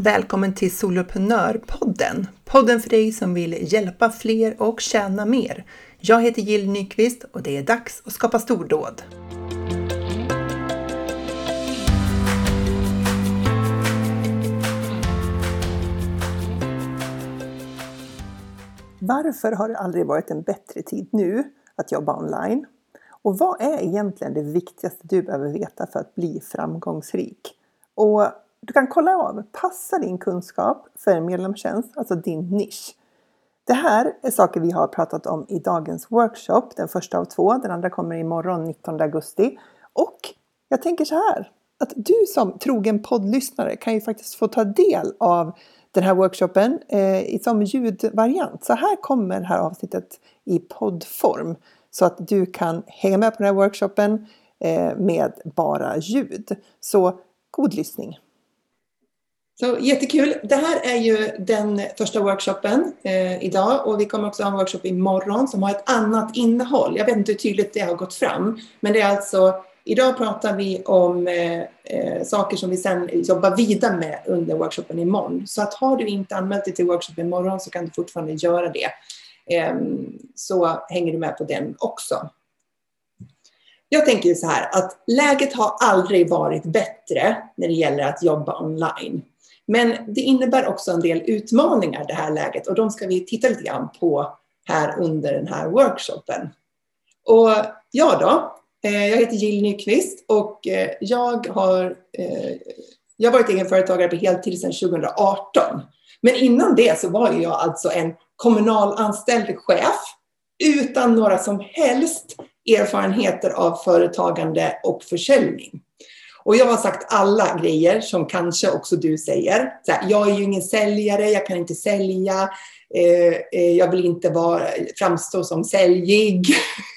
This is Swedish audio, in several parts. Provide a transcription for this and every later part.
välkommen till Soloprenörpodden. Podden för dig som vill hjälpa fler och tjäna mer. Jag heter Jill Nyqvist och det är dags att skapa stordåd. Varför har det aldrig varit en bättre tid nu att jobba online? Och vad är egentligen det viktigaste du behöver veta för att bli framgångsrik? Och du kan kolla av, passar din kunskap för en medlemstjänst, alltså din nisch? Det här är saker vi har pratat om i dagens workshop, den första av 2. Den andra kommer imorgon 19 augusti. Och jag tänker så här, att du som trogen poddlyssnare kan ju faktiskt få ta del av den här workshopen som ljudvariant. Så här kommer det här avsnittet i poddform. Så att du kan hänga med på den här workshopen med bara ljud. Så god lyssning. Så jättekul. Det här är ju den första workshopen idag. Och vi kommer också ha en workshop imorgon som har ett annat innehåll. Jag vet inte hur tydligt det har gått fram. Men det är alltså, idag pratar vi om saker som vi sen jobbar vidare med under workshopen imorgon. Så att har du inte anmält dig till workshopen imorgon så kan du fortfarande göra det. Så hänger du med på den också. Jag tänker ju så här att läget har aldrig varit bättre när det gäller att jobba online. Men det innebär också en del utmaningar det här läget och de ska vi titta lite grann på här under den här workshopen. Och jag då, jag heter Jill Nyqvist och jag har varit egenföretagare på heltid sedan 2018. Men innan det så var jag alltså en kommunalanställd chef utan några som helst erfarenheter av företagande och försäljning. Och jag har sagt alla grejer som kanske också du säger. Så här, jag är ju ingen säljare, jag kan inte sälja, jag vill inte framstå som säljig.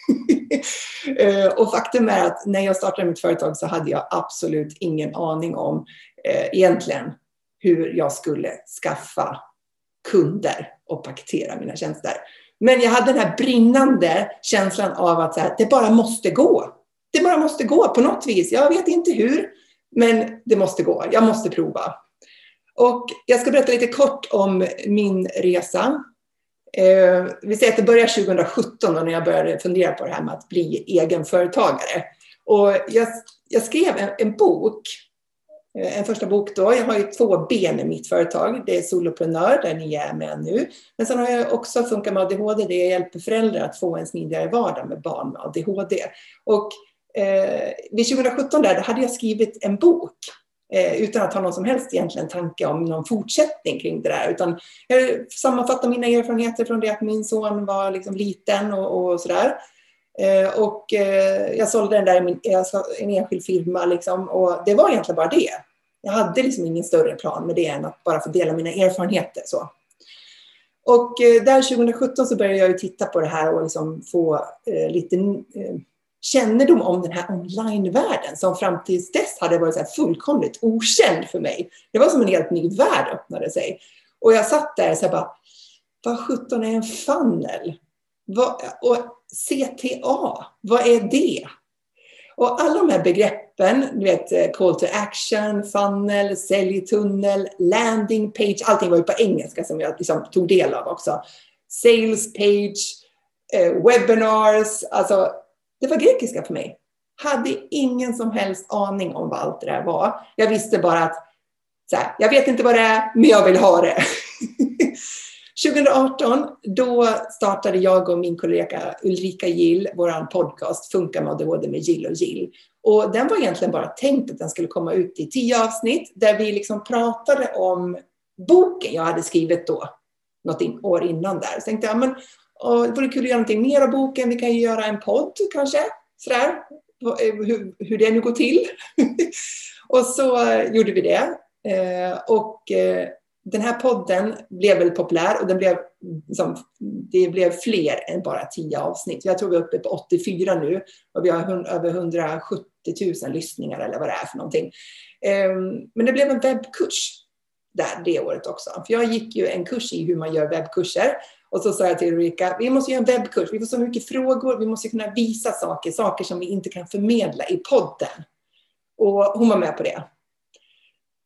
Och faktum är att när jag startade mitt företag så hade jag absolut ingen aning om egentligen hur jag skulle skaffa kunder och paketera mina tjänster. Men jag hade den här brinnande känslan av att så här, det bara måste gå. Det bara måste gå på något vis. Jag vet inte hur, men det måste gå. Jag måste prova. Och jag ska berätta lite kort om min resa. Vi säger att det började 2017 när jag började fundera på det här med att bli egenföretagare. Och jag skrev en bok. En första bok då. Jag har ju 2 ben i mitt företag. Det är Soloprenör där ni är med nu. Men sen har jag också Funka med ADHD. Det jag hjälper föräldrar att få en smidigare vardag med barn med ADHD. Och vid 2017 där hade jag skrivit en bok. Utan att ha någon som helst egentligen tanke om någon fortsättning kring det där. Utan jag sammanfattar mina erfarenheter från det att min son var liksom liten och sådär. Och jag sålde den där i en enskild firma liksom, och det var egentligen bara det. Jag hade liksom ingen större plan med det än att bara få dela mina erfarenheter. Så. Och där 2017 så började jag ju titta på det här och liksom få lite kännedom om den här online-världen som fram tills dess hade varit så här fullkomligt okänd för mig. Det var som en helt ny värld öppnade sig. Och jag satt där och så bara, vad 17 är en funnel? Och CTA, vad är det? Och alla de här begreppen, du vet, call to action, funnel, säljtunnel, landing page, allting var ju på engelska som jag liksom tog del av också. Sales page, webinars, alltså det var grekiska för mig. Hade ingen som helst aning om vad allt det där var. Jag visste bara att så här, jag vet inte vad det är, men jag vill ha det. 2018, då startade jag och min kollega Ulrika Gill vår podcast Funka med ADHD med Jill och Jill. Och den var egentligen bara tänkt att den skulle komma ut i 10 avsnitt där vi liksom pratade om boken jag hade skrivit då, något år innan där. Så tänkte jag, men det vore kul att göra någonting mer av boken, vi kan ju göra en podd kanske, sådär, hur det nu går till. Och så gjorde vi det. Den här podden blev väl populär och det blev fler än bara 10 avsnitt. Jag tror vi är uppe på 84 nu och vi har över 170 000 lyssningar eller vad det är för någonting. Men det blev en webbkurs där det året också. För jag gick ju en kurs i hur man gör webbkurser och så sa jag till Ulrika, vi måste göra en webbkurs, vi får så mycket frågor, vi måste kunna visa saker som vi inte kan förmedla i podden. Och hon var med på det.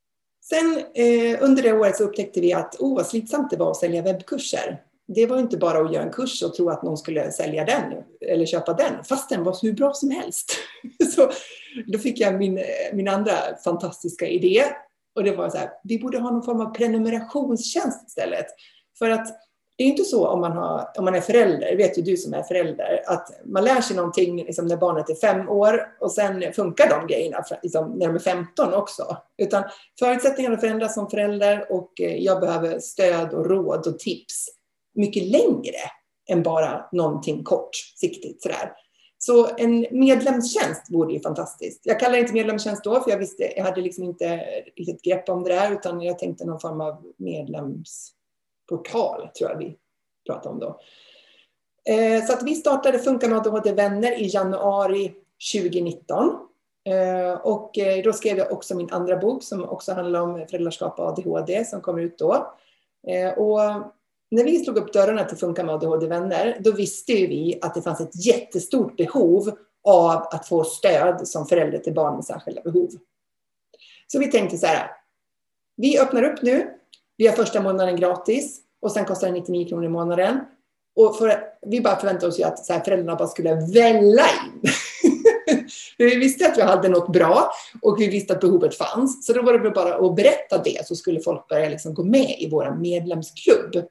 Sen under det året så upptäckte vi att vad slitsamt det var att sälja webbkurser. Det var inte bara att göra en kurs och tro att någon skulle sälja den eller köpa den, fast den var hur bra som helst. Så då fick jag min andra fantastiska idé. Och det var så här, vi borde ha någon form av prenumerationstjänst istället. För att det är inte så om man är förälder, vet ju du som är förälder, att man lär sig någonting liksom när barnet är 5 år och sen funkar de grejerna liksom när de är 15 också. Utan förutsättningarna förändras som förälder och jag behöver stöd och råd och tips mycket längre än bara någonting kortsiktigt sådär. Så en medlemstjänst vore ju fantastiskt. Jag kallar det inte medlemstjänst då, för jag hade liksom inte riktigt grepp om det där, utan jag tänkte någon form av medlemsportal, tror jag vi pratade om då. Så att vi startade Funka med ADHD-vänner i januari 2019. Och då skrev jag också min andra bok som också handlar om föräldraskap och ADHD som kommer ut då. Och när vi slog upp dörrarna till Funka med ADHD-vänner, då visste ju vi att det fanns ett jättestort behov av att få stöd som förälder till barn med särskilda behov. Så vi tänkte så här, vi öppnar upp nu, vi har första månaden gratis och sen kostar det 99 kronor i månaden. Och vi bara förväntade oss ju att så här, föräldrarna bara skulle välla in. Vi visste att vi hade något bra och vi visste att behovet fanns. Så då var det bara att berätta det, så skulle folk börja liksom gå med i vår medlemsklubb.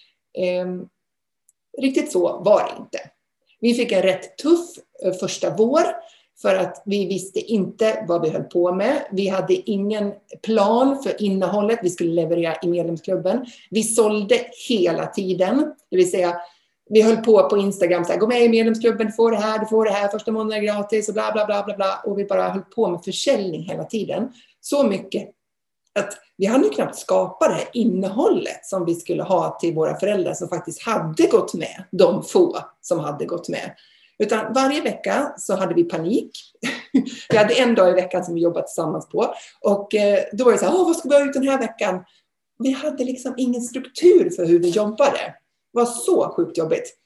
Riktigt så var det inte. Vi fick en rätt tuff första vår för att vi visste inte vad vi höll på med. Vi hade ingen plan för innehållet vi skulle leverera i medlemsklubben. Vi sålde hela tiden, det vill säga vi höll på Instagram så här, gå med i medlemsklubben, du får det här, första månaden gratis och bla bla bla bla bla. Och vi bara höll på med försäljning hela tiden. Så mycket att vi hade knappt skapat det här innehållet som vi skulle ha till våra föräldrar som faktiskt hade gått med, de få som hade gått med. Utan varje vecka så hade vi panik. Vi hade en dag i veckan som vi jobbade tillsammans på. Och då var det så här, vad ska vi ha ut den här veckan? Vi hade liksom ingen struktur för hur vi jobbade. Det var så sjukt jobbigt.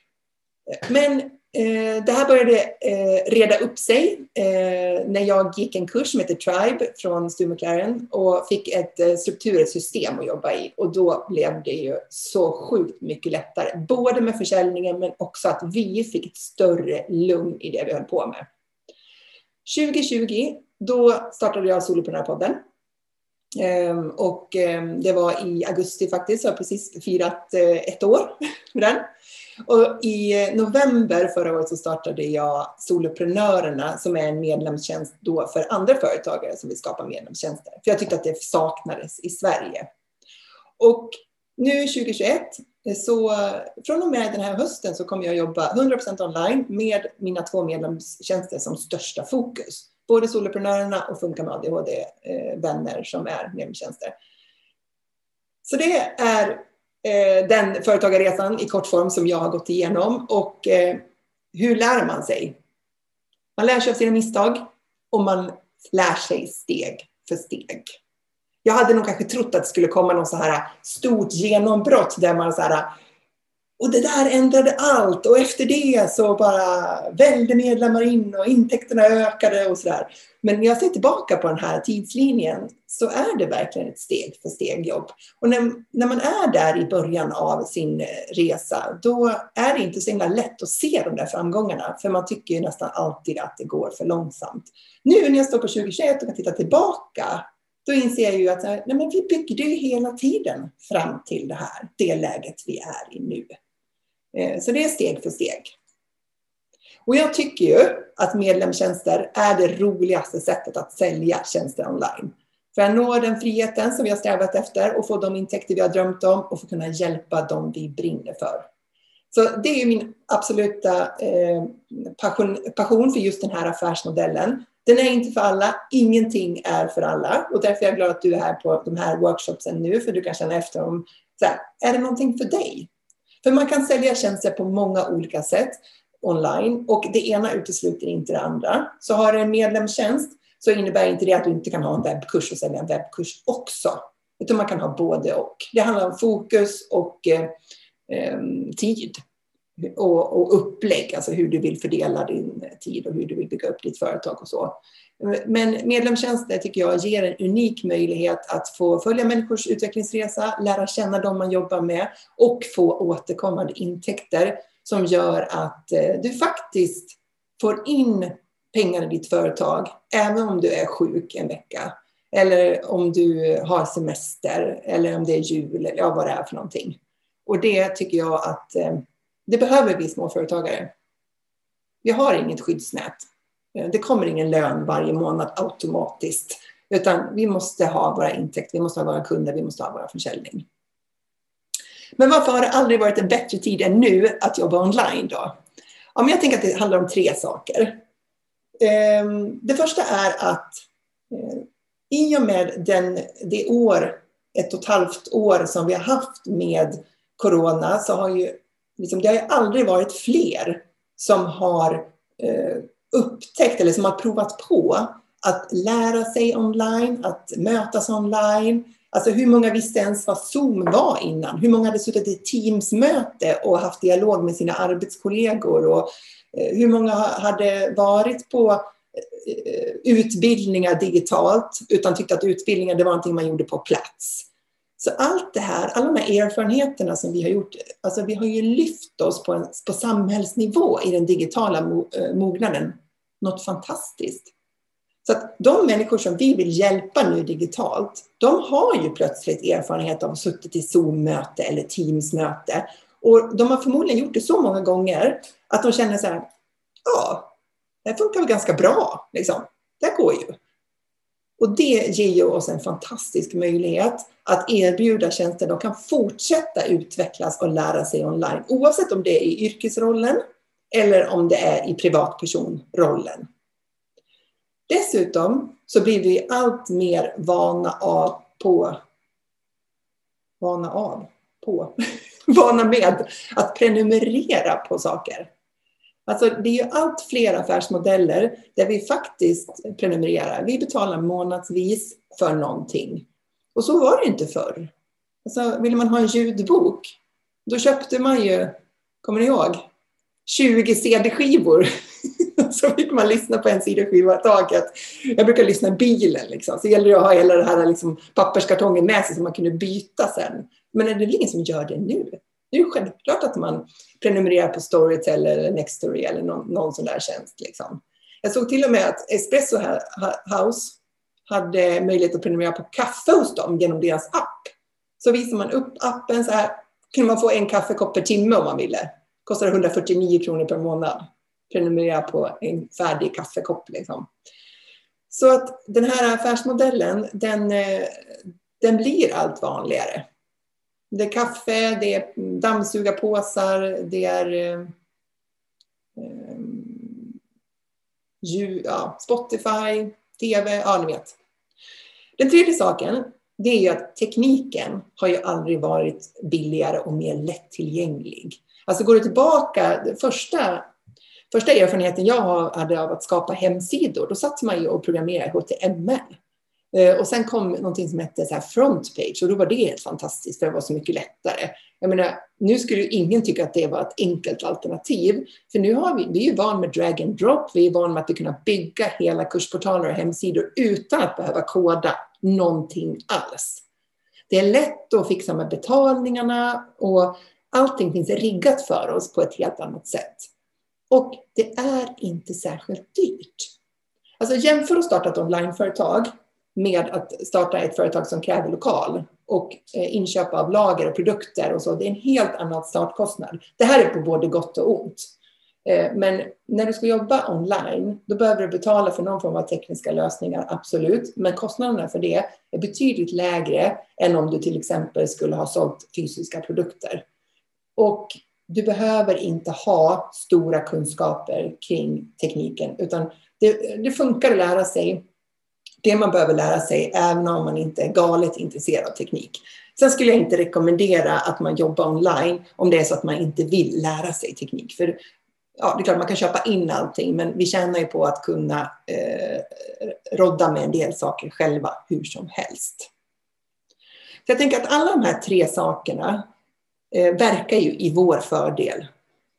Men det här började reda upp sig när jag gick en kurs som heter Tribe från Stu McLaren och fick ett strukturerat system att jobba i. Och då blev det ju så sjukt mycket lättare. Både med försäljningen men också att vi fick ett större lugn i det vi höll på med. 2020, då startade jag Soloprenörpodden. Och det var i augusti faktiskt, så jag har precis firat 1 år med den. Och i november förra året så startade jag Soloprenörerna som är en medlemstjänst då för andra företagare som vill skapa medlemstjänster. För jag tyckte att det saknades i Sverige. Och nu 2021, så från och med den här hösten så kommer jag jobba 100% online med mina 2 medlemstjänster som största fokus. Både Soloprenörerna och Funka med ADHD-vänner som är medlemstjänster. Så det är den företagarresan i kort form som jag har gått igenom. Och hur lär man sig? Man lär sig av sina misstag och man lär sig steg för steg. Jag hade nog kanske trott att det skulle komma någon så här stort genombrott där man så här, och det där ändrade allt och efter det så bara välde medlemmar in och intäkterna ökade och sådär. Men när jag ser tillbaka på den här tidslinjen så är det verkligen ett steg för steg jobb. Och när man är där i början av sin resa, då är det inte så himla lätt att se de där framgångarna. För man tycker ju nästan alltid att det går för långsamt. Nu när jag står på 2021 och kan titta tillbaka, då inser jag ju att nej, men vi byggde ju hela tiden fram till det läget vi är i nu. Så det är steg för steg. Och jag tycker ju att medlemstjänster är det roligaste sättet att sälja tjänster online. För att nå den friheten som vi har strävat efter och få de intäkter vi har drömt om och få kunna hjälpa dem vi brinner för. Så det är ju min absoluta passion för just den här affärsmodellen. Den är inte för alla, ingenting är för alla. Och därför är jag glad att du är här på de här workshopsen nu. För du kan känna efter om, så här, är det någonting för dig? För man kan sälja tjänster på många olika sätt online. Och det ena utesluter inte det andra. Så har du en medlemstjänst så innebär inte det att du inte kan ha en webbkurs och sälja en webbkurs också. Utan man kan ha både och. Det handlar om fokus och tid. och upplägg, alltså hur du vill fördela din tid och hur du vill bygga upp ditt företag och så. Men medlemstjänster tycker jag ger en unik möjlighet att få följa människors utvecklingsresa, lära känna dem man jobbar med och få återkommande intäkter som gör att du faktiskt får in pengar i ditt företag även om du är sjuk en vecka eller om du har semester eller om det är jul eller vad det är för någonting. Och det tycker jag att det behöver vi småföretagare. Vi har inget skyddsnät. Det kommer ingen lön varje månad automatiskt. Utan vi måste ha våra intäkter, vi måste ha våra kunder, vi måste ha våra försäljning. Men varför har det aldrig varit en bättre tid än nu att jobba online då? Ja, men jag tänker att det handlar om 3 saker. Det första är att i och med det 1,5 år som vi har haft med corona så har ju det har ju aldrig varit fler som har upptäckt eller som har provat på att lära sig online, att mötas online. Alltså hur många visste ens vad Zoom var innan? Hur många hade suttit i Teams-möte och haft dialog med sina arbetskollegor? Och hur många hade varit på utbildningar digitalt utan tyckte att utbildningar det var någonting man gjorde på plats? Så allt det här, alla de här erfarenheterna som vi har gjort, alltså vi har ju lyft oss på samhällsnivå i den digitala mognaden. Något fantastiskt. Så att de människor som vi vill hjälpa nu digitalt, de har ju plötsligt erfarenhet av att suttit i Zoom-möte eller Teams-möte. Och de har förmodligen gjort det så många gånger att de känner så här, ja, det funkar väl ganska bra, liksom. Det går ju. Och det ger ju oss en fantastisk möjlighet att erbjuda tjänster. De kan fortsätta utvecklas och lära sig online. Oavsett om det är i yrkesrollen eller om det är i privatpersonrollen. Dessutom så blir vi allt mer vana med att prenumerera på saker. Alltså det är ju allt fler affärsmodeller där vi faktiskt prenumererar. Vi betalar månadsvis för någonting. Och så var det inte förr. Alltså ville man ha en ljudbok, då köpte man ju, kommer ni ihåg, 20 CD-skivor. Så fick man lyssna på en CD-skiva taget. Jag brukar lyssna i bilen liksom. Så gäller det att ha hela det här liksom, papperskartongen med sig så man kunde byta sen. Men är det ingen som gör det nu? Det är ju självklart att man prenumererar på Storytel eller Nextory eller någon sån där tjänst. Liksom. Jag såg till och med att Espresso House hade möjlighet att prenumerera på kaffe hos dem genom deras app. Så visar man upp appen så här kunde man få en kaffekopp per timme om man ville. Kostar 149 kronor per månad. Prenumerera på en färdig kaffekopp. Liksom. Så att den här affärsmodellen den blir allt vanligare. Det är kaffe, det är dammsugarpåsar, det är Spotify, tv, ja ni vet. Den tredje saken, det är ju att tekniken har ju aldrig varit billigare och mer lättillgänglig. Alltså går du tillbaka, första erfarenheten jag hade av att skapa hemsidor, då satt man ju och programmerade HTML. Och sen kom någonting som hette så här frontpage och då var det helt fantastiskt för det var så mycket lättare. Jag menar, nu skulle ju ingen tycka att det var ett enkelt alternativ. För nu har vi är ju van med drag and drop, vi är van med att vi kunna bygga hela kursportaler och hemsidor utan att behöva koda någonting alls. Det är lätt att fixa med betalningarna och allting finns riggat för oss på ett helt annat sätt. Och det är inte särskilt dyrt. Alltså jämför att starta ett onlineföretag med att starta ett företag som kräver lokal och inköp av lager och produkter och så. Det är en helt annan startkostnad. Det här är på både gott och ont. Men när du ska jobba online, då behöver du betala för någon form av tekniska lösningar, absolut. Men kostnaderna för det är betydligt lägre än om du till exempel skulle ha sålt fysiska produkter. Och du behöver inte ha stora kunskaper kring tekniken, utan det funkar att lära sig det man behöver lära sig även om man inte är galet intresserad av teknik. Sen skulle jag inte rekommendera att man jobbar online om det är så att man inte vill lära sig teknik. För ja, det är klart man kan köpa in allting, men vi tjänar ju på att kunna rodda med en del saker själva hur som helst. Så jag tänker att alla de här 3 sakerna verkar ju i vår fördel.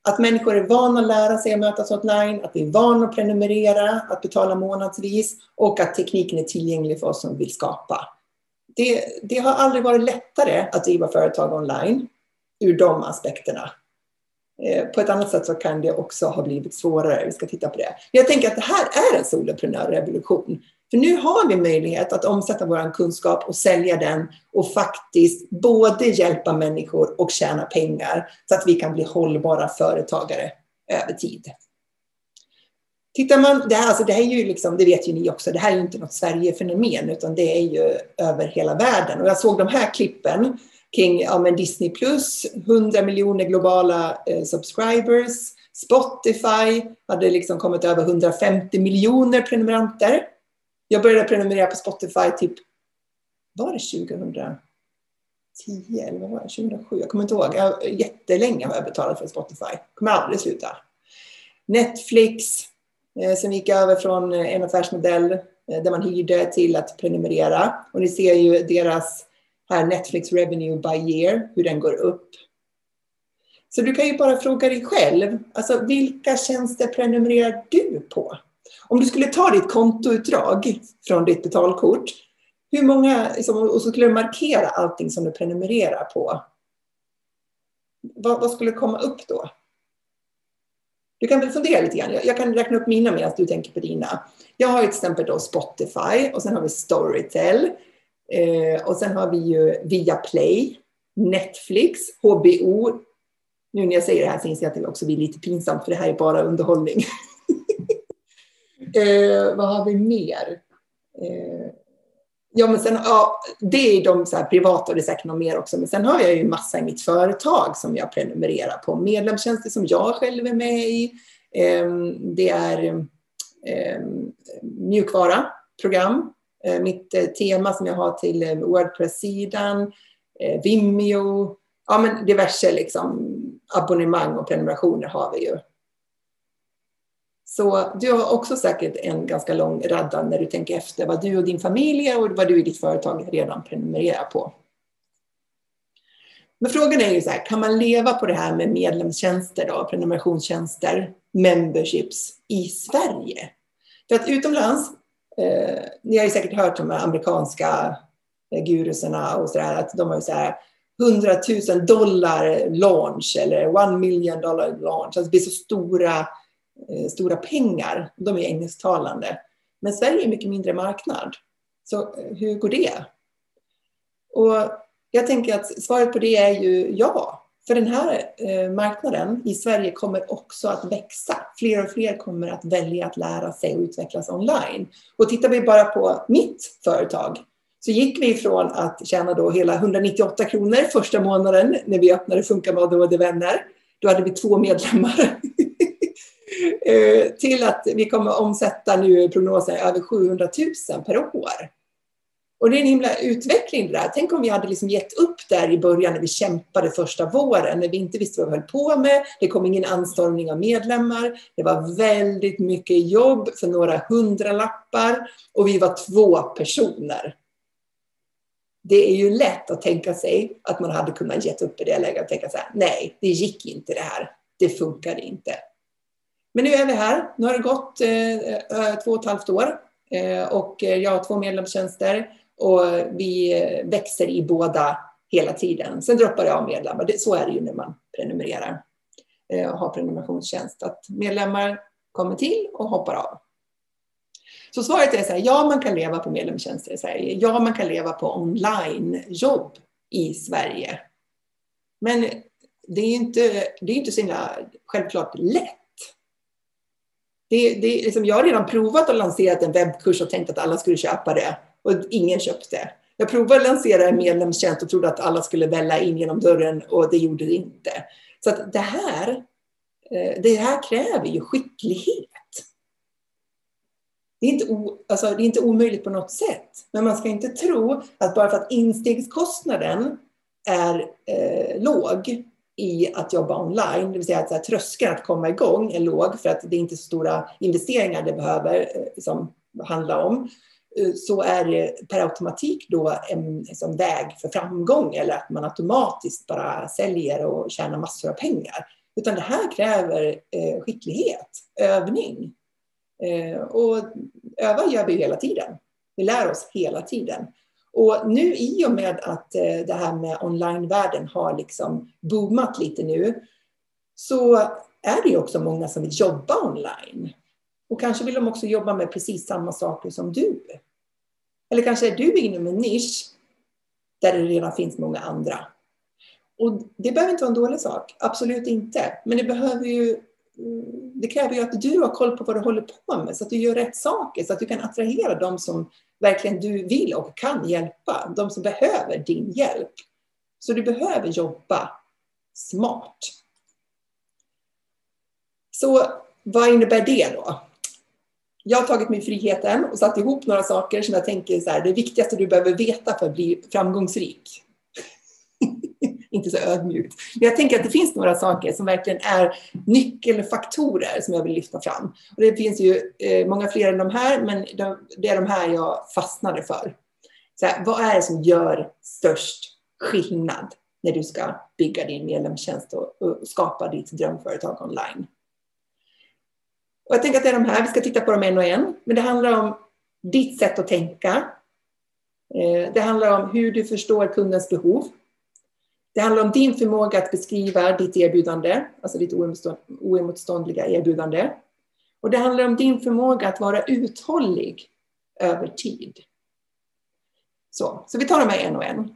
Att människor är vana att lära sig att mötas online, att vi är vana att prenumerera, att betala månadsvis och att tekniken är tillgänglig för oss som vill skapa. Det har aldrig varit lättare att driva företag online ur de aspekterna. På ett annat sätt så kan det också ha blivit svårare. Vi ska titta på det. Jag tänker att det här är en soloprenörrevolution. För nu har vi möjlighet att omsätta vår kunskap och sälja den och faktiskt både hjälpa människor och tjäna pengar så att vi kan bli hållbara företagare över tid. Tittar man, det här är ju liksom, det vet ju ni också, det här är ju inte något Sverige-fenomen utan det är ju över hela världen. Och jag såg de här klippen kring Disney Plus, 100 miljoner globala subscribers. Spotify hade liksom kommit över 150 miljoner prenumeranter. Jag började prenumerera på Spotify typ, var det 2010 eller vad var det, 2007? Jag kommer inte ihåg. Jättelänge har jag betalat för Spotify. Kommer aldrig sluta. Netflix som gick över från en affärsmodell där man hyrde till att prenumerera. Och ni ser ju deras här Netflix Revenue by Year, hur den går upp. Så du kan ju bara fråga dig själv, alltså vilka tjänster prenumererar du på? Om du skulle ta ditt kontoutdrag från ditt betalkort, hur många, och så skulle du markera allting som du prenumererar på. Vad skulle komma upp då? Du kan väl fundera lite grann. Jag kan räkna upp mina medan du tänker på dina. Jag har till exempel då Spotify och sen har vi Storytel. Och sen har vi ju Viaplay, Netflix, HBO. Nu när jag säger det här så inser jag att det också blir lite pinsamt för det här är bara underhållning. Vad har vi mer? Ja, men sen, det är de så här privata och det är säkert något mer också. Men sen har jag ju massa i mitt företag som jag prenumererar på. Medlemstjänster som jag själv är med i. Det är mjukvara, program. Mitt tema som jag har till Wordpress-sidan. Vimeo. Ja, men diverse liksom abonnemang och prenumerationer har vi ju. Så du har också säkert en ganska lång radda när du tänker efter vad du och din familj och vad du i ditt företag redan prenumererar på. Men frågan är ju så här, kan man leva på det här med medlemstjänster då, prenumerationstjänster, memberships i Sverige? För att utomlands, ni har ju säkert hört om de amerikanska gurusarna och sådär, att de har ju så här $100,000 launch eller $1 million launch. Alltså det blir så stora pengar. De är engelsktalande. Men Sverige är en mycket mindre marknad. Så hur går det? Och jag tänker att svaret på det är ju ja. För den här marknaden i Sverige kommer också att växa. Fler och fler kommer att välja att lära sig och utvecklas online. Och tittar vi bara på mitt företag så gick vi från att tjäna då hela 198 kronor första månaden när vi öppnade Funka med ADHD-vänner. Då hade vi 2 medlemmar. Till att vi kommer att omsätta nu prognosen över 700 000 per år. Och det är en himla utveckling det där. Tänk om vi hade liksom gett upp där i början när vi kämpade första våren. När vi inte visste vad vi höll på med. Det kom ingen anstormning av medlemmar. Det var väldigt mycket jobb för några 100-lappar. Och vi var 2 personer. Det är ju lätt att tänka sig att man hade kunnat gett upp i det läget och tänka så här: nej, det gick inte det här. Det funkade inte. Men nu är vi här. Nu har det gått 2,5 år. Och jag har 2 medlemstjänster. Och vi växer i båda hela tiden. Sen droppar jag av medlemmar. Så är det ju när man prenumererar. Och har prenumerationstjänst. Att medlemmar kommer till och hoppar av. Så svaret är så här: ja, man kan leva på medlemstjänster i Sverige. Ja, man kan leva på online-jobb i Sverige. Men det är inte så självklart lätt. Jag har redan provat att lansera en webbkurs och tänkt att alla skulle köpa det. Och ingen köpte. Jag provade att lansera en medlemstjänst och trodde att alla skulle välla in genom dörren och det gjorde det inte. Så att det här kräver ju skicklighet. Det är inte omöjligt på något sätt. Men man ska inte tro att bara för att instegskostnaden är låg i att jobba online, det vill säga att tröskeln att komma igång är låg för att det är inte så stora investeringar det behöver som handlar om, så är det per automatik då en väg för framgång eller att man automatiskt bara säljer och tjänar massor av pengar. Utan det här kräver skicklighet, övning. Och öva gör vi hela tiden. Vi lär oss hela tiden. Och nu i och med att det här med onlinevärlden har liksom boomat lite nu, så är det ju också många som vill jobba online. Och kanske vill de också jobba med precis samma saker som du. Eller kanske är du inom en nisch där det redan finns många andra. Och det behöver inte vara en dålig sak, absolut inte. Men det kräver ju att du har koll på vad du håller på med, så att du gör rätt saker, så att du kan attrahera de som verkligen du vill och kan hjälpa, de som behöver din hjälp. Så du behöver jobba smart. Så vad innebär det då? Jag har tagit mig friheten och satt ihop några saker som jag tänker så här, det viktigaste du behöver veta för att bli framgångsrik. Inte så ödmjukt. Men jag tänker att det finns några saker som verkligen är nyckelfaktorer som jag vill lyfta fram. Och det finns ju många fler än de här, men det är de här jag fastnade för. Så här, vad är det som gör störst skillnad när du ska bygga din medlemstjänst och skapa ditt drömföretag online? Och jag tänker att det är de här, vi ska titta på dem en och en. Men det handlar om ditt sätt att tänka. Det handlar om hur du förstår kundens behov. Det handlar om din förmåga att beskriva ditt erbjudande, alltså ditt oemotståndliga erbjudande. Och det handlar om din förmåga att vara uthållig över tid. Så vi tar dem här en och en.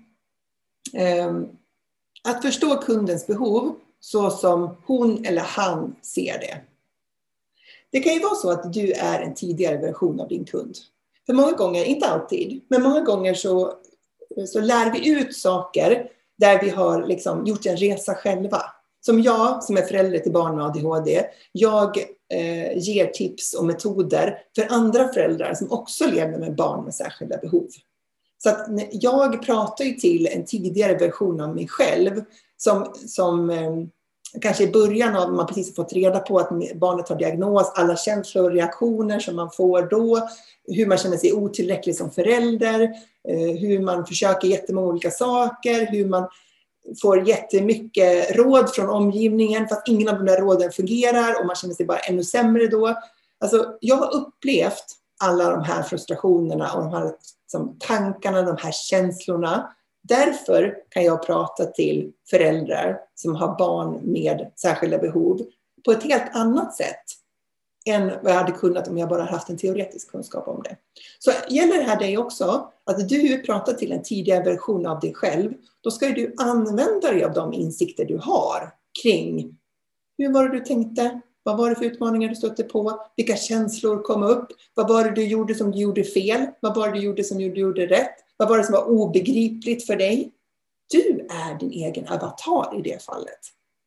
Att förstå kundens behov så som hon eller han ser det. Det kan ju vara så att du är en tidigare version av din kund. För många gånger, inte alltid, men många gånger så lär vi ut saker där vi har liksom gjort en resa själva. Som jag, som är förälder till barn med ADHD, jag ger tips och metoder för andra föräldrar som också lever med barn med särskilda behov. Så att jag pratar ju till en tidigare version av mig själv som kanske i början av man precis har fått reda på att barnet har diagnos, alla känslor och reaktioner som man får då, hur man känner sig otillräcklig som förälder, hur man försöker jättemånga olika saker, hur man får jättemycket råd från omgivningen för att ingen av de där råden fungerar och man känner sig bara ännu sämre då. Alltså, jag har upplevt alla de här frustrationerna och de här tankarna, de här känslorna. Därför kan jag prata till föräldrar som har barn med särskilda behov på ett helt annat sätt än vad jag hade kunnat om jag bara haft en teoretisk kunskap om det. Så gäller det här dig också, att du pratar till en tidigare version av dig själv, då ska du använda dig av de insikter du har kring hur var det du tänkte, vad var det för utmaningar du stötte på, vilka känslor kom upp, vad var det du gjorde som du gjorde fel, vad var det du gjorde som du gjorde rätt, vad var det som var obegripligt för dig. Du är din egen avatar i det fallet.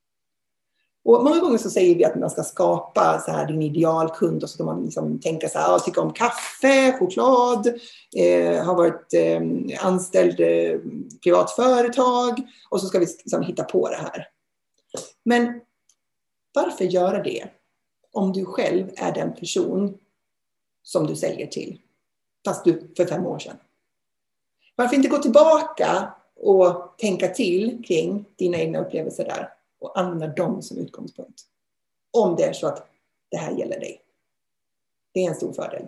Och många gånger så säger vi att man ska skapa så här din idealkund och så ska man liksom tänka så här, tycka om kaffe, choklad, har varit anställd privat företag och så ska vi liksom hitta på det här. Men varför göra det om du själv är den person som du säljer till, fast du för 5 år sedan? Varför inte gå tillbaka och tänka till kring dina egna upplevelser där och använda dem som utgångspunkt. Om det är så att det här gäller dig. Det är en stor fördel.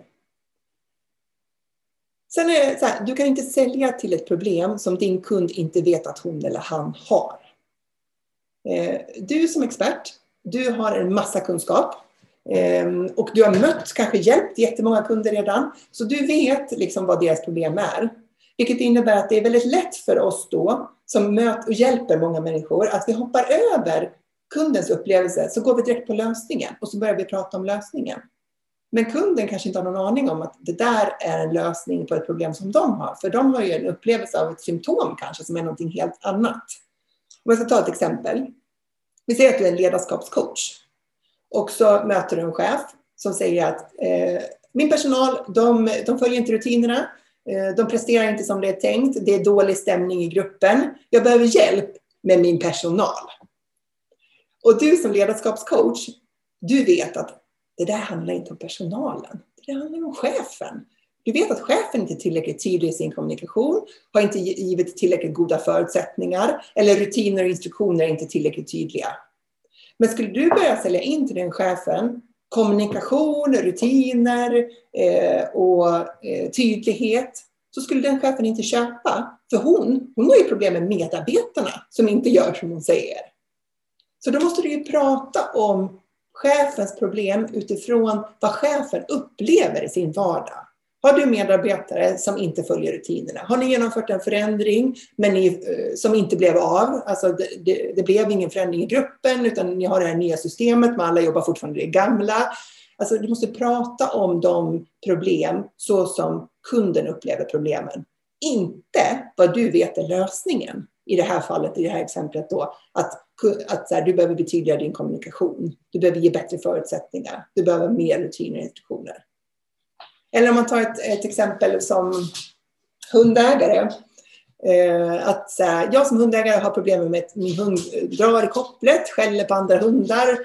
Sen är det så här, du kan inte sälja till ett problem som din kund inte vet att hon eller han har. Du som expert, du har en massa kunskap. Och du har mött, kanske hjälpt jättemånga kunder redan. Så du vet liksom vad deras problem är. Vilket innebär att det är väldigt lätt för oss då, som möter och hjälper många människor, att vi hoppar över kundens upplevelse, så går vi direkt på lösningen och så börjar vi prata om lösningen. Men kunden kanske inte har någon aning om att det där är en lösning på ett problem som de har. För de har ju en upplevelse av ett symptom kanske som är någonting helt annat. Om jag ska ta ett exempel. Vi säger att du är en ledarskapscoach. Och så möter du en chef som säger att min personal, de följer inte rutinerna. De presterar inte som det är tänkt. Det är dålig stämning i gruppen. Jag behöver hjälp med min personal. Och du som ledarskapscoach, du vet att det där handlar inte om personalen. Det handlar om chefen. Du vet att chefen inte är tillräckligt tydlig i sin kommunikation. Har inte givit tillräckligt goda förutsättningar. Eller rutiner och instruktioner är inte tillräckligt tydliga. Men skulle du börja sälja in till den chefen kommunikation, rutiner och tydlighet, så skulle den chefen inte köpa. För hon har ju problem med medarbetarna som inte gör som hon säger. Så då måste du ju prata om chefens problem utifrån vad chefen upplever i sin vardag. Har du medarbetare som inte följer rutinerna? Har ni genomfört en förändring men som inte blev av? Alltså det blev ingen förändring i gruppen, utan ni har det här nya systemet men alla jobbar fortfarande det gamla. Alltså du måste prata om de problem så som kunden upplever problemen. Inte vad du vet är lösningen. I det här fallet, i det här exemplet då, att så här, du behöver betydliga din kommunikation. Du behöver ge bättre förutsättningar. Du behöver mer rutiner och instruktioner. Eller om man tar ett exempel som hundägare. Att så här, jag som hundägare har problem med att min hund drar i kopplet, skäller på andra hundar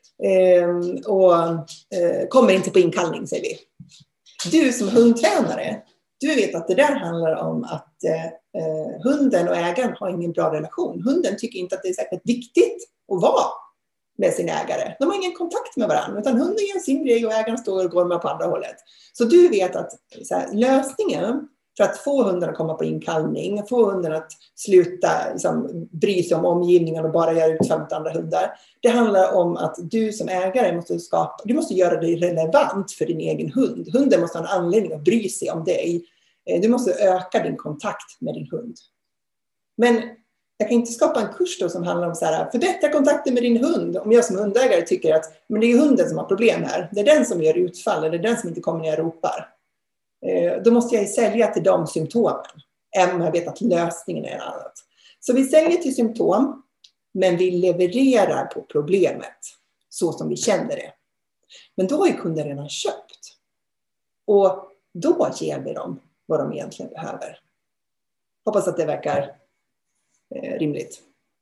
och kommer inte på inkallning, säger vi. Du som hundtränare, du vet att det där handlar om att hunden och ägaren har ingen bra relation. Hunden tycker inte att det är särskilt viktigt att vara med sin ägare. De har ingen kontakt med varandra, utan hunden gör sin grej och ägaren står och går med på andra hållet. Så du vet att så här, lösningen för att få hunden att komma på inkallning, få hunden att sluta liksom, bry sig om omgivningen och bara göra utfall mot andra hundar. Det handlar om att du som ägare måste göra det relevant för din egen hund. Hunden måste ha en anledning att bry sig om dig. Du måste öka din kontakt med din hund. Men jag kan inte skapa en kurs då som handlar om så här, förbättra kontakten med din hund. Om jag som hundägare tycker att men det är hunden som har problem här. Det är den som gör utfall, eller det är den som inte kommer när jag ropar. Då måste jag sälja till de symptomen. Även om jag vet att lösningen är en annat. Så vi säljer till symptom, men vi levererar på problemet. Så som vi känner det. Men då har ju kunden redan köpt. Och då ger vi dem vad de egentligen behöver. Hoppas att det verkar rimligt.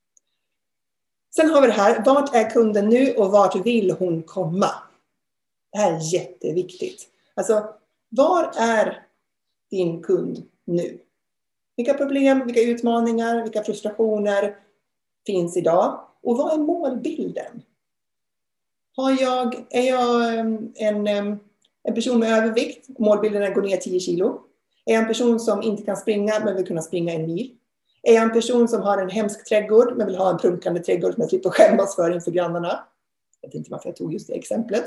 Sen har vi det här. Vart är kunden nu och vart vill hon komma? Det här är jätteviktigt. Alltså, var är din kund nu? Vilka problem, vilka utmaningar, vilka frustrationer finns idag? Och vad är målbilden? Är jag en person med övervikt? Målbilden är att gå ner 10 kilo. Är jag en person som inte kan springa men vill kunna springa 1 mil? Är jag en person som har en hemsk trädgård men vill ha en prunkande trädgård som jag slipper skämmas för inför grannarna? Jag vet inte varför jag tog just det exemplet.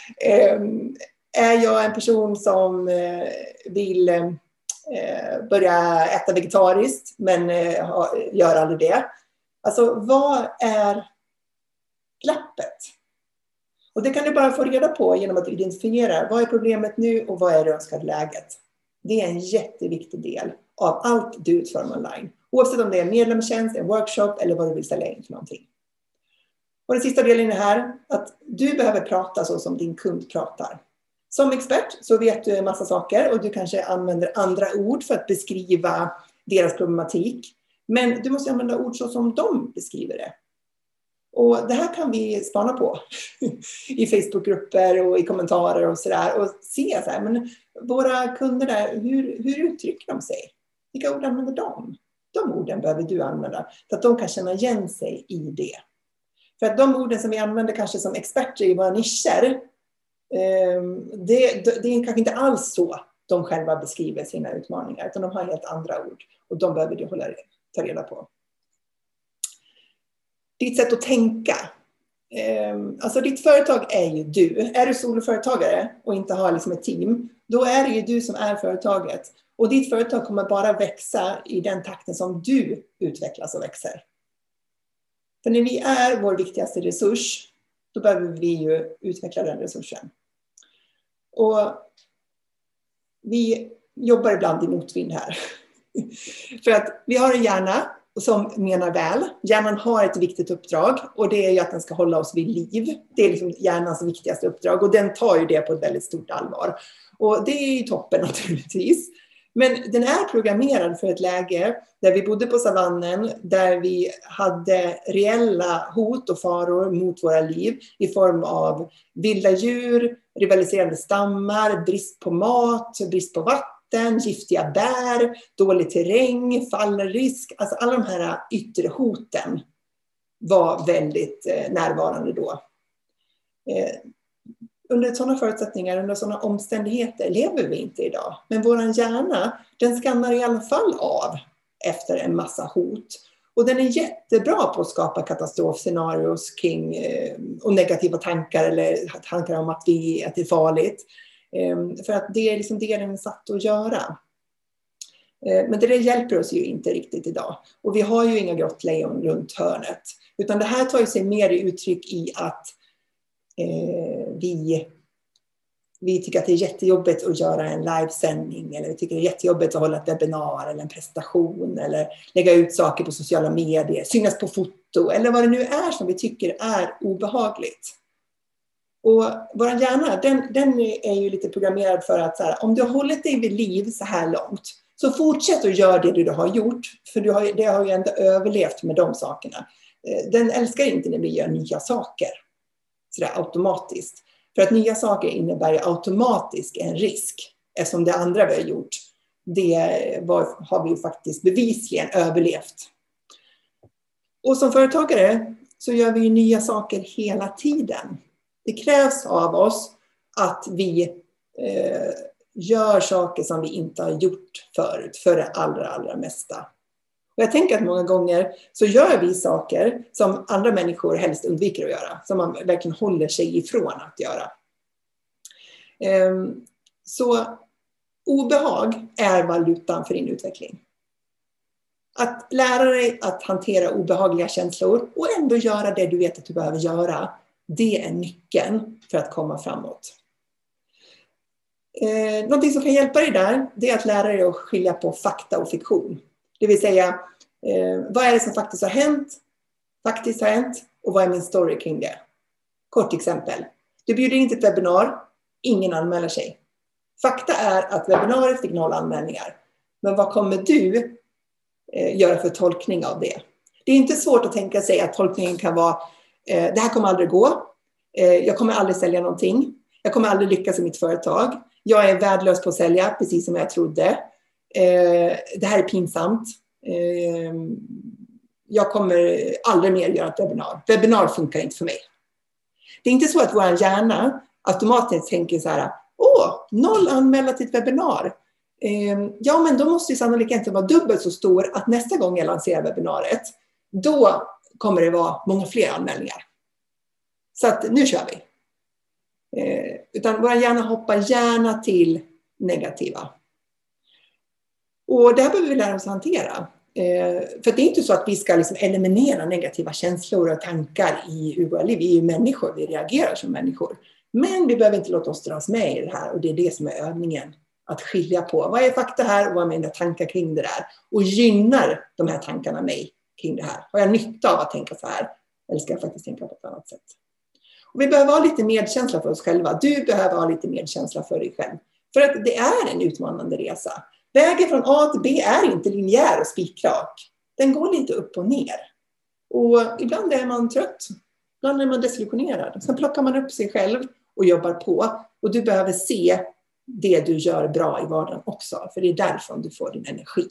Är jag en person som vill börja äta vegetariskt men gör aldrig det? Alltså vad är glappet? Och det kan du bara få reda på genom att identifiera vad är problemet nu och vad är det önskade läget. Det är en jätteviktig del av allt du utför online. Oavsett om det är en medlemstjänst, en workshop eller vad du vill ställa in för någonting. Och den sista delen är här att du behöver prata så som din kund pratar. Som expert så vet du en massa saker och du kanske använder andra ord för att beskriva deras problematik. Men du måste använda ord så som de beskriver det. Och det här kan vi spana på i Facebookgrupper och i kommentarer och sådär. Och se så här, men våra kunder där, hur uttrycker de sig? Vilka ord använder de? De orden behöver du använda för att de kan känna igen sig i det. För att de orden som vi använder kanske som experter i våra nischer, det är kanske inte alls så de själva beskriver sina utmaningar. Utan de har helt andra ord och de behöver du ta reda på. Ditt sätt att tänka. Alltså ditt företag är ju du. Är du soloföretagare och inte har liksom ett team, då är det ju du som är företaget. Och ditt företag kommer bara växa i den takten som du utvecklas och växer. För när vi är vår viktigaste resurs, då behöver vi ju utveckla den resursen. Och vi jobbar ibland i motvind här. För att vi har en hjärna som menar väl. Hjärnan har ett viktigt uppdrag och det är ju att den ska hålla oss vid liv. Det är liksom hjärnans viktigaste uppdrag och den tar ju det på ett väldigt stort allvar. Och det är ju toppen naturligtvis. Men den är programmerad för ett läge där vi bodde på savannen, där vi hade reella hot och faror mot våra liv i form av vilda djur, rivaliserande stammar, brist på mat, brist på vatten, giftiga bär, dålig terräng, fallrisk. Alltså alla de här yttre hoten var väldigt närvarande då. Under sådana förutsättningar, under sådana omständigheter lever vi inte idag. Men vår hjärna, den skannar i alla fall av efter en massa hot. Och den är jättebra på att skapa katastrofscenarios kring och negativa tankar eller tankar om att det är farligt. För att det är liksom det den är satt att göra. Men det hjälper oss ju inte riktigt idag. Och vi har ju inga grottlejon runt hörnet. Utan det här tar ju sig mer i uttryck i att vi tycker att det är jättejobbigt att göra en livesändning, eller vi tycker det är jättejobbigt att hålla ett webbinar eller en prestation eller lägga ut saker på sociala medier, synas på foto eller vad det nu är som vi tycker är obehagligt. Och vår hjärna, den är ju lite programmerad för att så här, om du har hållit dig vid liv så här långt, så fortsätt att göra det du har gjort, för det har ju ändå överlevt med de sakerna. Den älskar inte när vi gör nya saker så där automatiskt. För att nya saker innebär ju automatiskt en risk. Eftersom det andra vi har gjort, har vi ju faktiskt bevisligen överlevt. Och som företagare så gör vi ju nya saker hela tiden. Det krävs av oss att vi gör saker som vi inte har gjort förut, för det allra mesta. Och jag tänker att många gånger så gör vi saker som andra människor helst undviker att göra. Som man verkligen håller sig ifrån att göra. Så obehag är valutan för din utveckling. Att lära dig att hantera obehagliga känslor och ändå göra det du vet att du behöver göra. Det är nyckeln för att komma framåt. Någonting som kan hjälpa dig där, det är att lära dig att skilja på fakta och fiktion. Det vill säga, vad är det som faktiskt har hänt och vad är min story kring det? Kort exempel. Du bjuder in till ett webbinar, ingen anmäler sig. Fakta är att webbinariet fick 0 anmälningar. Men vad kommer du göra för tolkning av det? Det är inte svårt att tänka sig att tolkningen kan vara, det här kommer aldrig gå. Jag kommer aldrig sälja någonting. Jag kommer aldrig lyckas i mitt företag. Jag är värdelös på att sälja, precis som jag trodde. Det här är pinsamt. Jag kommer aldrig mer göra ett webbinar. Webbinar funkar inte för mig. Det är inte så att vår hjärna automatiskt tänker så här, 0 anmälda till ett webbinar. Ja, men då måste ju sannolikheten vara dubbelt så stor att nästa gång jag lanserar webbinariet, då kommer det vara många fler anmälningar. Så att nu kör vi. Utan vår hjärna hoppar gärna till negativa. Och det här behöver vi lära oss att hantera. För det är inte så att vi ska liksom eliminera negativa känslor och tankar i våra liv. Vi är ju människor, vi reagerar som människor. Men vi behöver inte låta oss dras med i det här. Och det är det som är övningen. Att skilja på vad är fakta här och vad är mina tankar kring det där. Och gynnar de här tankarna mig kring det här. Har jag nytta av att tänka så här? Eller ska jag faktiskt tänka på ett annat sätt? Och vi behöver ha lite medkänsla för oss själva. Du behöver ha lite medkänsla för dig själv. För att det är en utmanande resa. Vägen från A till B är inte linjär och spikrak. Den går lite upp och ner. Och ibland är man trött. Ibland är man desillusionerad. Sen plockar man upp sig själv och jobbar på. Och du behöver se det du gör bra i vardagen också. För det är därifrån du får din energi.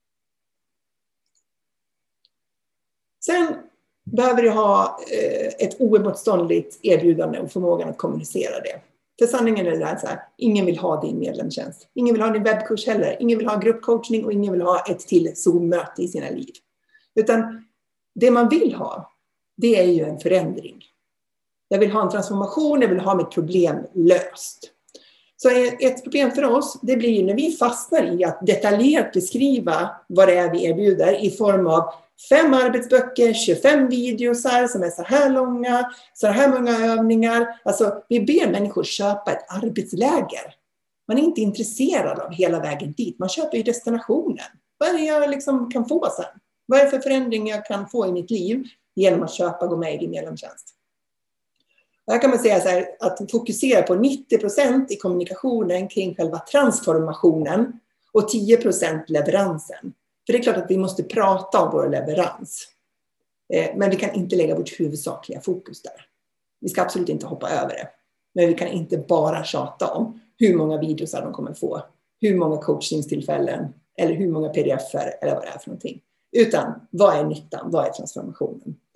Sen behöver du ha ett oemotståndligt erbjudande och förmågan att kommunicera det. För sanningen är det här så här, ingen vill ha din medlemstjänst. Ingen vill ha din webbkurs heller. Ingen vill ha gruppcoachning och ingen vill ha ett till Zoom-möte i sina liv. Utan det man vill ha, det är ju en förändring. Jag vill ha en transformation, jag vill ha mitt problem löst. Så ett problem för oss, det blir ju när vi fastnar i att detaljerat beskriva vad det är vi erbjuder i form av 5 arbetsböcker, 25 videosar som är så här långa, så här många övningar. Alltså vi ber människor köpa ett arbetsläger. Man är inte intresserad av hela vägen dit. Man köper ju destinationen. Vad är det jag liksom kan få sen? Vad är det för förändring jag kan få i mitt liv genom att gå med i din medlemstjänst? Och här kan man säga så här, att fokusera på 90% i kommunikationen kring själva transformationen och 10% leveransen. För det är klart att vi måste prata om vår leverans. Men vi kan inte lägga vårt huvudsakliga fokus där. Vi ska absolut inte hoppa över det. Men vi kan inte bara tjata om hur många videos de kommer få. Hur många coachningstillfällen. Eller hur många pdf-er eller vad det är för någonting. Utan vad är nyttan? Vad är transformationen?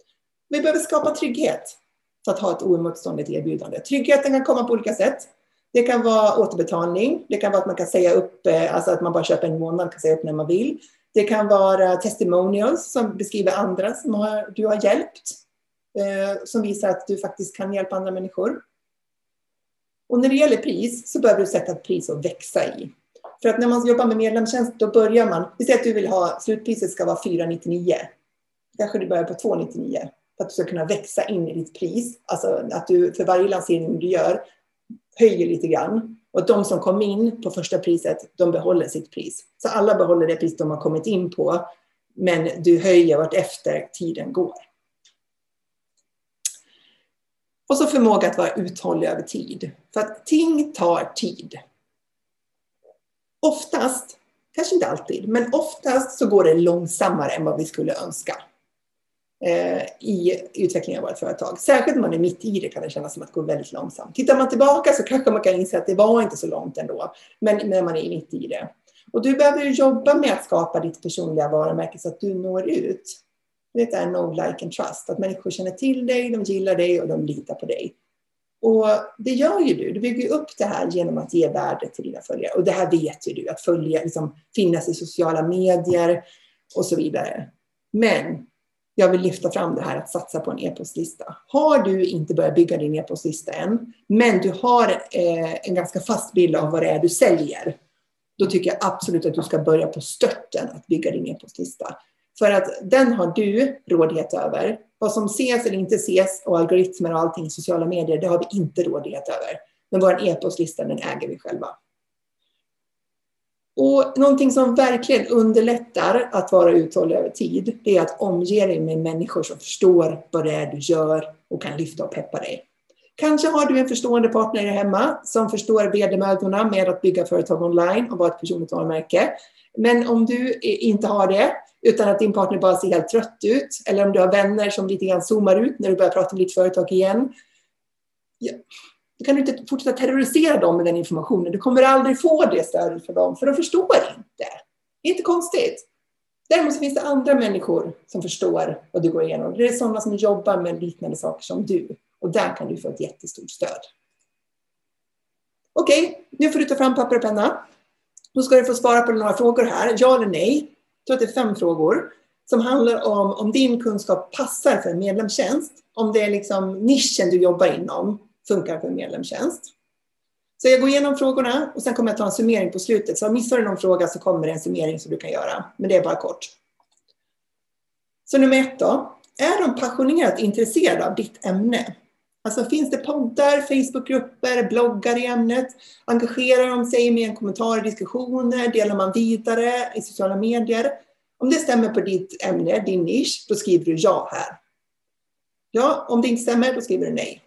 Vi behöver skapa trygghet för att ha ett oemotståndligt erbjudande. Tryggheten kan komma på olika sätt. Det kan vara återbetalning. Det kan vara att man kan säga upp, alltså att man bara köper en månad, kan säga upp när man vill. Det kan vara testimonials som beskriver andra som du har hjälpt. Som visar att du faktiskt kan hjälpa andra människor. Och när det gäller pris så behöver du sätta ett pris att växa i. För att när man jobbar med medlemstjänst då börjar man, vi säger att du vill ha, slutpriset ska vara 499. Kanske du börjar på 299 för att du ska kunna växa in i ditt pris. Alltså att du för varje lansering du gör höjer lite grann. Och att de som kom in på första priset, de behåller sitt pris. Så alla behåller det pris de har kommit in på. Men du höjer vart efter tiden går. Och så förmåga att vara uthållig över tid. För att ting tar tid. Oftast, kanske inte alltid, men oftast så går det långsammare än vad vi skulle önska. I utvecklingen av vårt företag. Särskilt när man är mitt i det kan det kännas som att det går väldigt långsamt. Tittar man tillbaka så kanske man kan inse att det var inte så långt ändå. Men när man är mitt i det. Och du behöver jobba med att skapa ditt personliga varumärke så att du når ut. Det är know, like and trust. Att människor känner till dig, de gillar dig och de litar på dig. Och det gör ju du. Du bygger upp det här genom att ge värde till dina följare. Och det här vet ju du. Att följa, liksom, finnas i sociala medier och så vidare. Men jag vill lyfta fram det här att satsa på en e-postlista. Har du inte börjat bygga din e-postlista än, men du har en ganska fast bild av vad det är du säljer, då tycker jag absolut att du ska börja på störten att bygga din e-postlista. För att den har du rådighet över. Vad som ses eller inte ses och algoritmer och allting i sociala medier, det har vi inte rådighet över. Men vår e-postlista, den äger vi själva. Och någonting som verkligen underlättar att vara uthållig över tid, det är att omge dig med människor som förstår vad det är du gör och kan lyfta och peppa dig. Kanske har du en förstående partner hemma som förstår vedermödorna med att bygga företag online och vara ett personligt varumärke. Men om du inte har det, utan att din partner bara ser helt trött ut, eller om du har vänner som lite grann zoomar ut när du börjar prata om ditt företag igen, då kan du inte fortsätta terrorisera dem med den informationen. Du kommer aldrig få det stödet för dem, för de förstår inte. Det är inte konstigt. Däremot finns det andra människor som förstår vad du går igenom. Det är sådana som jobbar med liknande saker som du. Och där kan du få ett jättestort stöd. Okej, nu får du ta fram papper och penna. Då ska du få svara på några frågor här. Ja eller nej. Jag tror att det är 5 frågor. Som handlar om din kunskap passar för en medlemstjänst. Om det är liksom nischen du jobbar inom funkar för en medlemstjänst. Så jag går igenom frågorna och sen kommer jag ta en summering på slutet. Så missar du någon fråga så kommer det en summering som du kan göra. Men det är bara kort. Så nummer 1 då. Är de passionerat intresserade av ditt ämne? Alltså finns det poddar, Facebookgrupper, bloggar i ämnet? Engagerar de sig med en kommentar och diskussioner? Delar man vidare i sociala medier? Om det stämmer på ditt ämne, din nisch, då skriver du ja här. Ja, om det inte stämmer, då skriver du nej.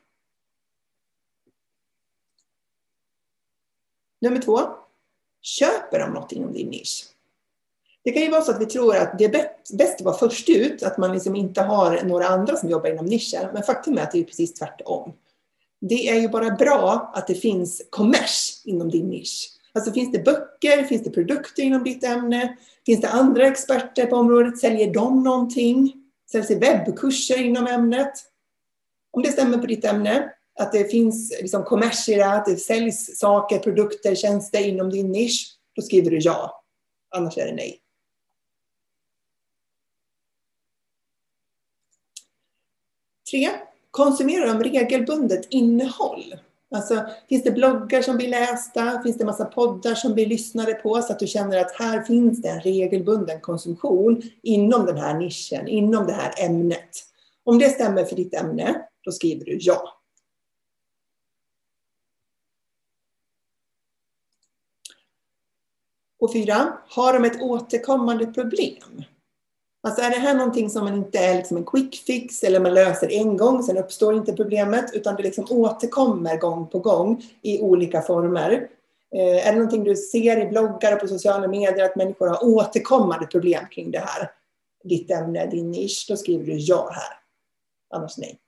Nummer 2. Köper de något inom din nisch? Det kan ju vara så att vi tror att det är bäst att vara först ut. Att man liksom inte har några andra som jobbar inom nischen. Men faktum är att det är precis tvärtom. Det är ju bara bra att det finns kommers inom din nisch. Alltså finns det böcker, finns det produkter inom ditt ämne? Finns det andra experter på området? Säljer de någonting? Säljs det webbkurser inom ämnet? Om det stämmer på ditt ämne, att det finns liksom kommers i det, att det säljs saker, produkter, tjänster inom din nisch, då skriver du ja. Annars är det nej. 3. Konsumerar de regelbundet innehåll? Alltså, finns det bloggar som blir lästa? Finns det massa poddar som blir lyssnade på? Så att du känner att här finns det en regelbunden konsumtion inom den här nischen, inom det här ämnet. Om det stämmer för ditt ämne, då skriver du ja. Och 4. Har de ett återkommande problem? Alltså är det här någonting som man inte är liksom en quick fix eller man löser en gång, sen uppstår inte problemet, utan det liksom återkommer gång på gång i olika former. Är det någonting du ser i bloggar och på sociala medier att människor har återkommande problem kring det här? Ditt ämne, din nisch, då skriver du ja här. Annars nej.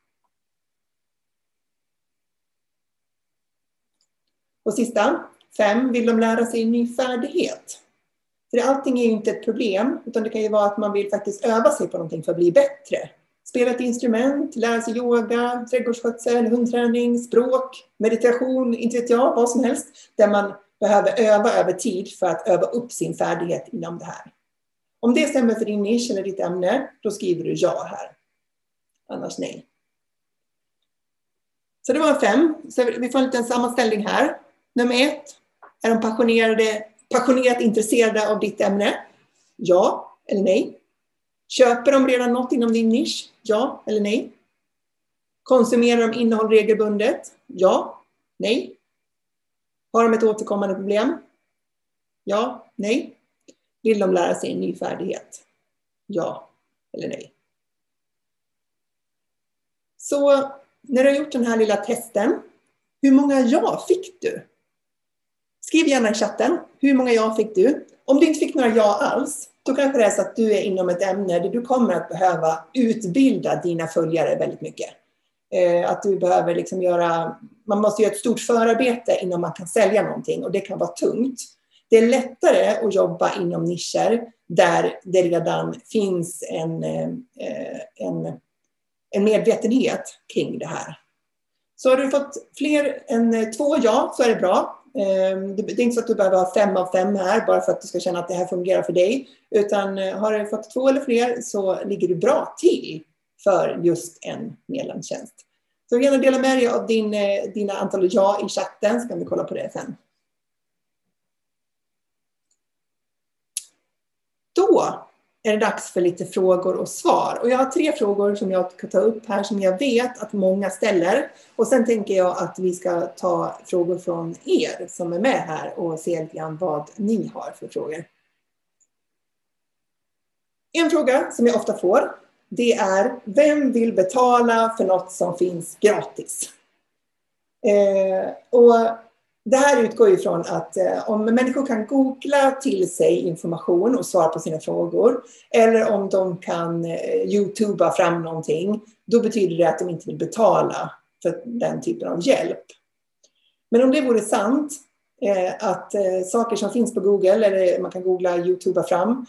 Och sista, 5. Vill de lära sig en ny färdighet? För allting är ju inte ett problem, utan det kan ju vara att man vill faktiskt öva sig på någonting för att bli bättre. spela ett instrument, lära sig yoga, trädgårdsskötsel, hundträning, språk, meditation, inte vet jag, vad som helst. Där man behöver öva över tid för att öva upp sin färdighet inom det här. Om det stämmer för din nisch eller ditt ämne, då skriver du ja här. Annars nej. Så det var 5. Så vi får en liten sammanställning här. Nummer 1. Är de passionerat intresserade av ditt ämne? Ja eller nej? Köper de redan något inom din nisch? Ja eller nej? Konsumerar de innehåll regelbundet? Ja, nej. Har de ett återkommande problem? Ja, nej. Vill de lära sig en ny färdighet? Ja eller nej? Så när du har gjort den här lilla testen, hur många ja fick du? Skriv gärna i chatten, hur många ja fick du? Om du inte fick några ja alls, då kanske det är så att du är inom ett ämne där du kommer att behöva utbilda dina följare väldigt mycket. Att du behöver liksom man måste göra ett stort förarbete innan man kan sälja någonting, och det kan vara tungt. Det är lättare att jobba inom nischer där det redan finns en medvetenhet kring det här. Så har du fått fler än 2 ja, så är det bra. Det är inte så att du behöver ha 5 av 5 här bara för att du ska känna att det här fungerar för dig. Utan har du fått 2 eller fler så ligger du bra till för just en medlemstjänst. Så gärna dela med dig av dina antal ja i chatten, så kan vi kolla på det sen. Då är det dags för lite frågor och svar. Och jag har 3 frågor som jag ska ta upp här som jag vet att många ställer. Och sen tänker jag att vi ska ta frågor från er som är med här och se lite grann vad ni har för frågor. En fråga som jag ofta får, det är: vem vill betala för något som finns gratis? Och det här utgår ju från att om människor kan googla till sig information och svara på sina frågor, eller om de kan YouTubea fram någonting, då betyder det att de inte vill betala för den typen av hjälp. Men om det vore sant, att saker som finns på Google, eller man kan googla YouTubea fram,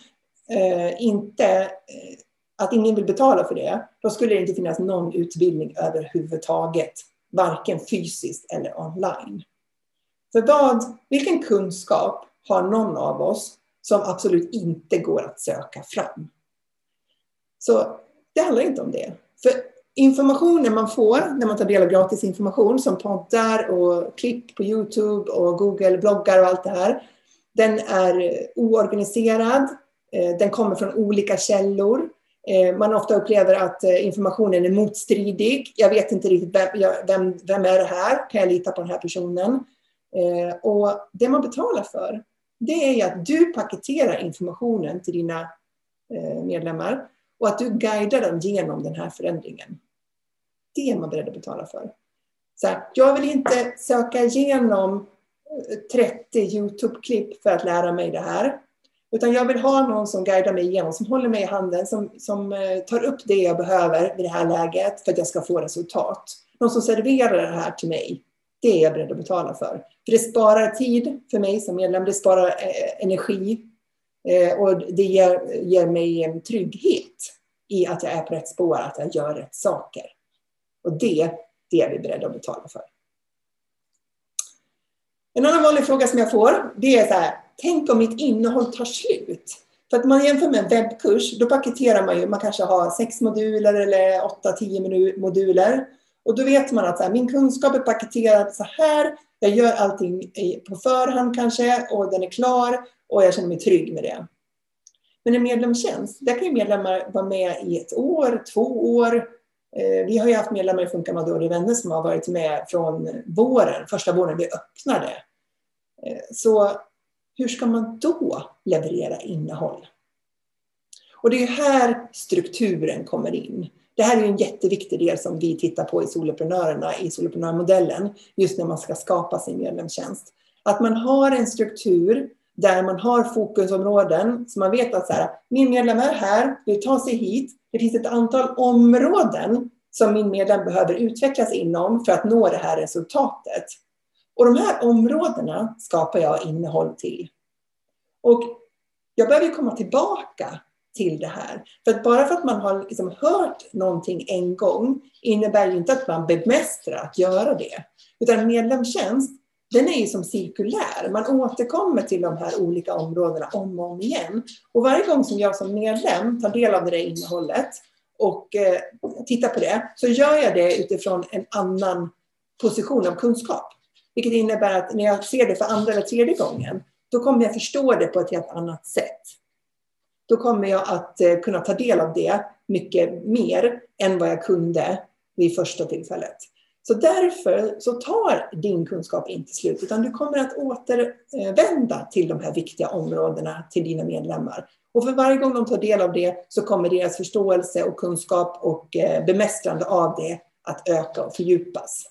att ingen vill betala för det, då skulle det inte finnas någon utbildning överhuvudtaget, varken fysiskt eller online. För vilken kunskap har någon av oss som absolut inte går att söka fram? Så det handlar inte om det. För informationen man får när man tar del av gratis information, som poddar och klipp på YouTube och Google, bloggar och allt det här, den är oorganiserad, den kommer från olika källor. Man ofta upplever att informationen är motstridig. Jag vet inte riktigt vem är det här? Kan jag lita på den här personen? Och det man betalar för, det är ju att du paketerar informationen till dina medlemmar och att du guidar dem genom den här förändringen. Det är man beredd att betala för. Så här, jag vill inte söka igenom 30 YouTube-klipp för att lära mig det här. Utan jag vill ha någon som guidar mig igenom, som håller mig i handen, som tar upp det jag behöver i det här läget för att jag ska få resultat. Någon som serverar det här till mig, det är jag beredd att betala för. För det sparar tid för mig som medlem, det sparar energi och det ger mig en trygghet i att jag är på rätt spår, att jag gör rätt saker. Och det är vi beredda att betala för. En annan vanlig fråga som jag får, det är så här: tänk om mitt innehåll tar slut. För att man jämför med en webbkurs, då paketerar man ju, man kanske har 6 moduler eller 8-10 moduler. Och då vet man att så här, min kunskap är paketerad så här, jag gör allting på förhand kanske och den är klar och jag känner mig trygg med det. Men en medlemstjänst, där kan ju medlemmar vara med i 1 år, 2 år. Vi har ju haft medlemmar i Funka med Dåliga Vänner som har varit med från första våren vi öppnade. Så hur ska man då leverera innehåll? Och det är här strukturen kommer in. Det här är en jätteviktig del som vi tittar på i soloprenörerna, i soloprenörmodellen, just när man ska skapa sin medlemstjänst. Att man har en struktur där man har fokusområden, så man vet att så här, min medlem är här, vill ta sig hit. Det finns ett antal områden som min medlem behöver utvecklas inom för att nå det här resultatet. Och de här områdena skapar jag innehåll till. Och jag behöver komma tillbaka till det här. För att bara för att man har liksom hört någonting en gång innebär ju inte att man bemästrar att göra det. Utan medlemstjänst, den är ju som cirkulär. Man återkommer till de här olika områdena om och om igen. Och varje gång som jag som medlem tar del av det där innehållet och tittar på det, så gör jag det utifrån en annan position av kunskap. Vilket innebär att när jag ser det för andra eller tredje gången, då kommer jag förstå det på ett helt annat sätt. Då kommer jag att kunna ta del av det mycket mer än vad jag kunde vid första tillfället. Så därför så tar din kunskap inte slut, utan du kommer att återvända till de här viktiga områdena till dina medlemmar. Och för varje gång de tar del av det så kommer deras förståelse och kunskap och bemästrande av det att öka och fördjupas.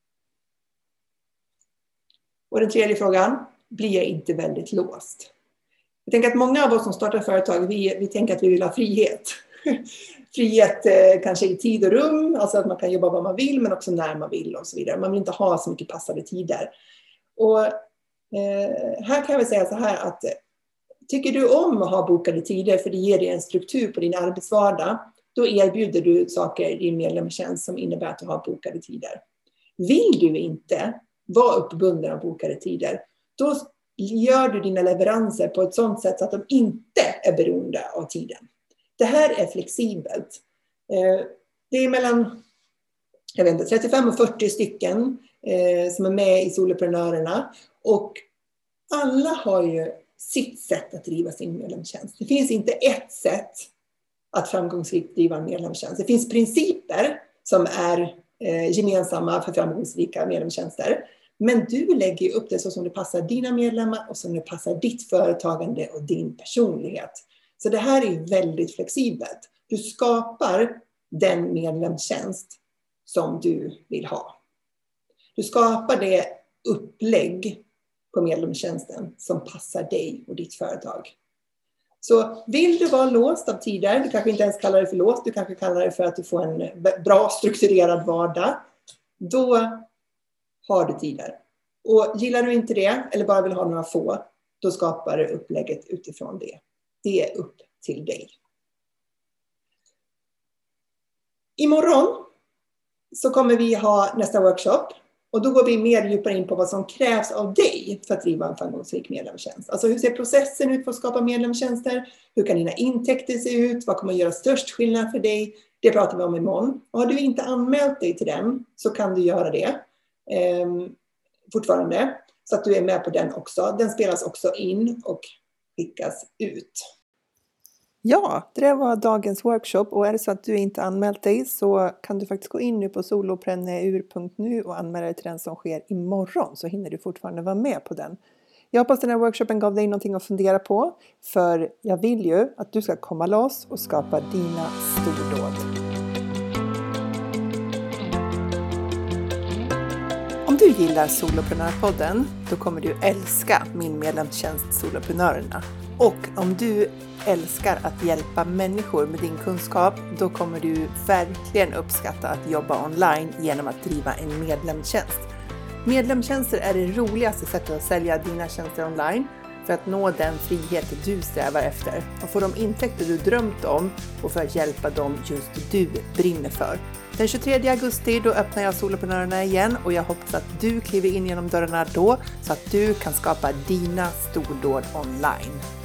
Och den tredje frågan, blir jag inte väldigt låst? Jag tänker att många av oss som startar företag, vi tänker att vi vill ha frihet. Frihet kanske i tid och rum, alltså att man kan jobba vad man vill men också när man vill och så vidare. Man vill inte ha så mycket passade tider. Och här kan jag väl säga så här att tycker du om att ha bokade tider för det ger dig en struktur på din arbetsvardag, då erbjuder du saker i din medlemstjänst som innebär att du har bokade tider. Vill du inte vara uppbunden av bokade tider, då gör du dina leveranser på ett sådant sätt så att de inte är beroende av tiden. Det här är flexibelt. Det är mellan 35 och 40 stycken som är med i Soloprenörerna. Och alla har ju sitt sätt att driva sin medlemstjänst. Det finns inte ett sätt att framgångsrikt driva en medlemstjänst. Det finns principer som är gemensamma för framgångsrika medlemstjänster. Men du lägger upp det så som det passar dina medlemmar och som det passar ditt företagande och din personlighet. Så det här är väldigt flexibelt. Du skapar den medlemstjänst som du vill ha. Du skapar det upplägg på medlemstjänsten som passar dig och ditt företag. Så vill du vara låst av tider, du kanske inte ens kallar det för låst, du kanske kallar det för att du får en bra strukturerad vardag, då har du tider. Och gillar du inte det, eller bara vill ha några få, då skapar du upplägget utifrån det. Det är upp till dig. Imorgon så kommer vi ha nästa workshop. Och då går vi mer djupare in på vad som krävs av dig för att driva en framgångsrik medlemstjänst. Alltså hur ser processen ut för att skapa medlemstjänster? Hur kan dina intäkter se ut? Vad kommer att göra störst skillnad för dig? Det pratar vi om imorgon. Och har du inte anmält dig till den så kan du göra det fortfarande. Så att du är med på den också. Den spelas också in och skickas ut. Ja, det var dagens workshop och är det så att du inte anmält dig så kan du faktiskt gå in nu på solopreneur.nu och anmäla dig till den som sker imorgon så hinner du fortfarande vara med på den. Jag hoppas den här workshopen gav dig någonting att fundera på för jag vill ju att du ska komma loss och skapa dina stordåd. Om du gillar Soloprenörpodden då kommer du älska min medlemstjänst Soloprenörerna. Och om du älskar att hjälpa människor med din kunskap, då kommer du verkligen uppskatta att jobba online genom att driva en medlemstjänst. Medlemstjänster är det roligaste sättet att sälja dina tjänster online för att nå den frihet du strävar efter och få de intäkter du drömt om och för att hjälpa dem just du brinner för. Den 23 augusti då öppnar jag Soloprenörerna igen och jag hoppas att du kliver in genom dörrarna då så att du kan skapa dina stordåd online.